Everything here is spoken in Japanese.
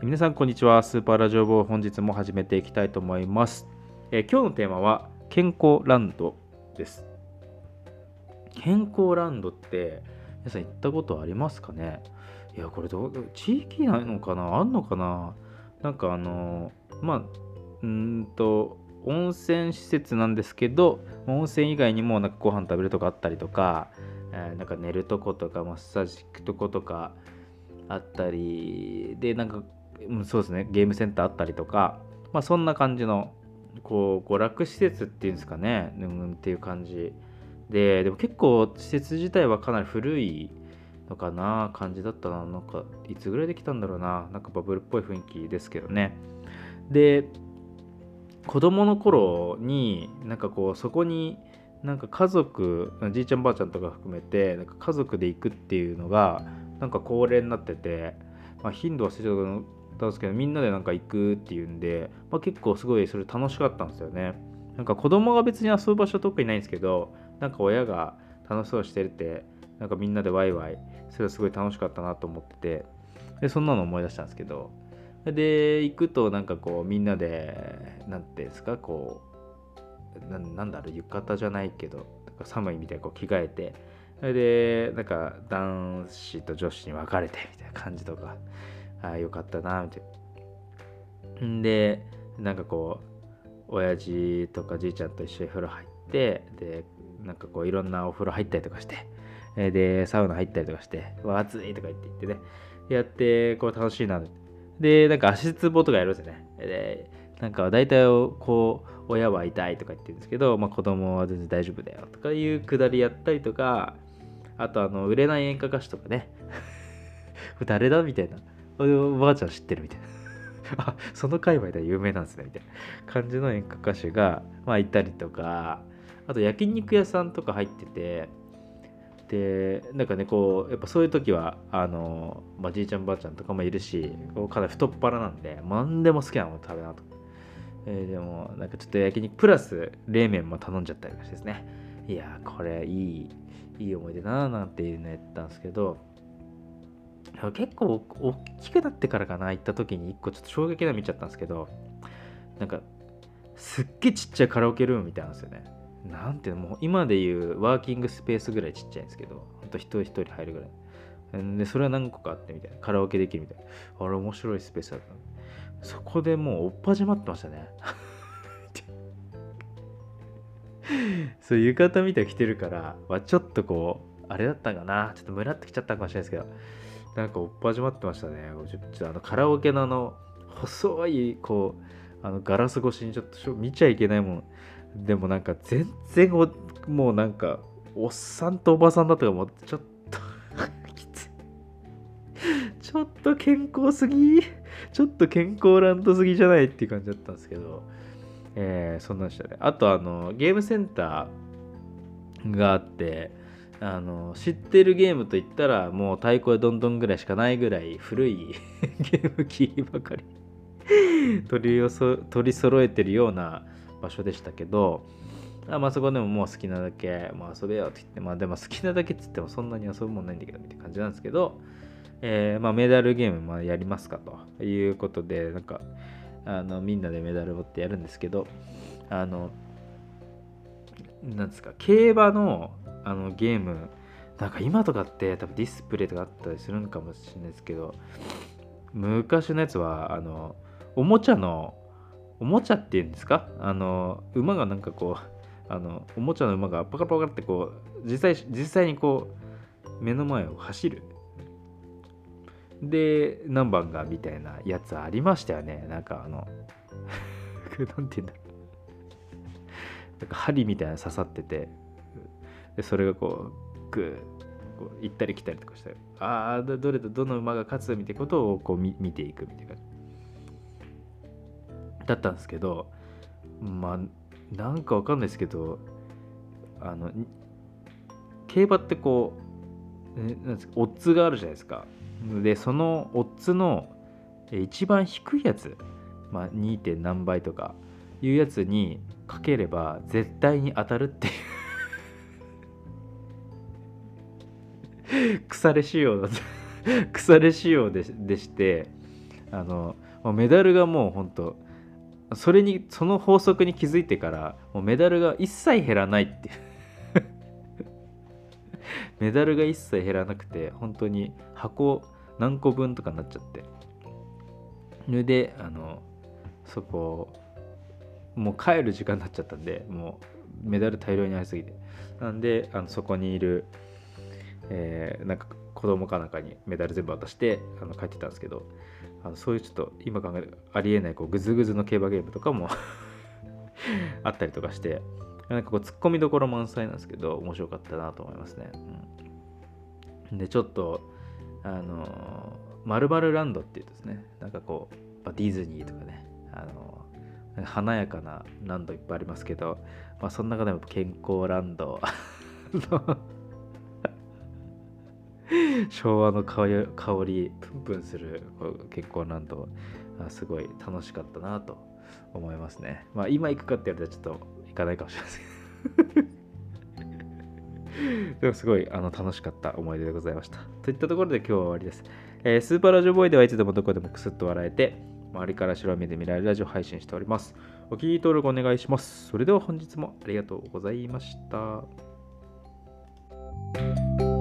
皆さんこんにちは。スーパーラジオ部を本日も始めていきたいと思います。今日のテーマは健康ランドです。健康ランドって皆さん行ったことありますかね？いや、これ地域ないのかな、あんのかな。なんかまあ温泉施設なんですけど、温泉以外にもなんかご飯食べるとこあったりとか、なんか寝るとことかマッサージ行くとことかあったりで、なんかそうですね、ゲームセンターあったりとか、そんな感じのこう娯楽施設っていうんですかね、っていう感じでも結構施設自体はかなり古いのかな感じだったな。なんかいつぐらいできたんだろうな。なんかバブルっぽい雰囲気ですけどね。で、子供の頃になんかこうそこになんか家族、じいちゃんばあちゃんとか含めてなんか家族で行くっていうのがなんか恒例になってて、頻度は忘れちゃったんですけど、みんなでなんか行くっていうんで、結構すごいそれ楽しかったんですよね。なんか子供が別に遊ぶ場所特にないんですけど、なんか親が楽しそうにしてるって、なんかみんなでワイワイ、それはすごい楽しかったなと思ってて、でそんなの思い出したんですけど、で行くとなんかこうみんなでなんていうんですか、こうなんだろう、浴衣じゃないけどなんか寒いみたいにこう着替えて、でなんか男子と女子に分かれてみたいな感じとか、よかったなみたいな。でなんかこう親父とかじいちゃんと一緒に風呂入って、でなんかこういろんなお風呂入ったりとかして、でサウナ入ったりとかして、暑いとか言ってね、やってこう楽しいな。でなんか足つぼとかやるんですよね。でなんか大体こう親は痛いとか言ってるんですけど、子供は全然大丈夫だよとかいうくだりやったりとか、あと売れない演歌歌手とかね誰だみたいな、おばあちゃん知ってるみたいなあ、その界隈では有名なんですねみたいな感じの演歌歌手がいたりとか、あと焼肉屋さんとか入ってて、でなんかねこうやっぱそういう時はじいちゃんばあちゃんとかもいるし、こうかなり太っ腹なんで何でも好きなもの食べなと、でもなんかちょっと焼肉プラス冷麺も頼んじゃったりとかしてですね、いやこれいい思い出だななんていうのやったんですけど、結構大きくなってからかな、行った時に一個ちょっと衝撃なの見ちゃったんですけど、なんかすっげえちっちゃいカラオケルームみたいなんですよね。なんていうの、もう今でいうワーキングスペースぐらいちっちゃいんですけど、ほんと一人一人入るぐらい。で、それは何個かあってみたいな。カラオケできるみたいな。あれ面白いスペースだった。そこでもうおっぱじまってましたね。そういう浴衣みたいに着てるから、ちょっとこう、あれだったかな。ちょっとムラってきちゃったかもしれないですけど、なんかおっぱじまってましたね。ちょっとカラオケの細い、こう、ガラス越しにちょっと見ちゃいけないもん。でもなんか全然もうなんか、おっさんとおばさんだったからもうちょっときつい。ちょっと健康すぎ。ちょっと健康ランドすぎじゃないっていう感じだったんですけど、そんなんでしたね。あとゲームセンターがあって、知ってるゲームといったらもう太鼓でどんどんぐらいしかないぐらい古いゲーム機ばかり取り揃えてるような場所でしたけど、そこでももう好きなだけ、遊べよって言って、でも好きなだけって言ってもそんなに遊ぶもんないんだけどみたいな感じなんですけど、メダルゲームやりますかということで、なんかみんなでメダル持ってやるんですけど、なんですか、競馬のゲーム、なんか今とかって多分ディスプレイとかあったりするのかもしれないですけど、昔のやつはおもちゃっていうんですか、馬がなんかこうおもちゃの馬がパカパカってこう実際にこう目の前を走る、で何番がみたいなやつありましたよね。なんかなんて言うんだろう、なんか針みたいなの刺さってて、でそれがこうグーこう行ったり来たりとかして、どの馬が勝つみたいなことをこう見ていくみたいな感じだったんですけど、なんかわかんないですけど、あの競馬ってこう、なんですか、オッズがあるじゃないですか。でそのオッズの一番低いやつ、2. 点何倍とかいうやつにかければ絶対に当たるっていう腐れ仕様でして、 もうメダルがもう本当その法則に気づいてからもうメダルが一切減らないっていうメダルが一切減らなくて本当に箱何個分とかになっちゃって、それでそこもう帰る時間になっちゃったんで、もうメダル大量にありすぎて、なんでそこにいる、なんか子供かなんかにメダル全部渡して帰ってたんですけど、そういうちょっと今考えるありえないグズグズの競馬ゲームとかもあったりとかして、なんかツッコミどころ満載なんですけど面白かったなと思いますね。でちょっと〇〇ランドっていうですね、なんかディズニーとかね、華やかなランドいっぱいありますけど、その中でも健康ランド昭和の香りプンプンする健康ランド、すごい楽しかったなと思いますね。今行くかって言われたらちょっと行かないかもしれませんでもすごい楽しかった思い出でございました。といったところで今日は終わりです。スーパーラジオボーイではいつでもどこでもクスッと笑えて、周りから白目で見られるラジオ配信しております。お聞き登録お願いします。それでは本日もありがとうございました。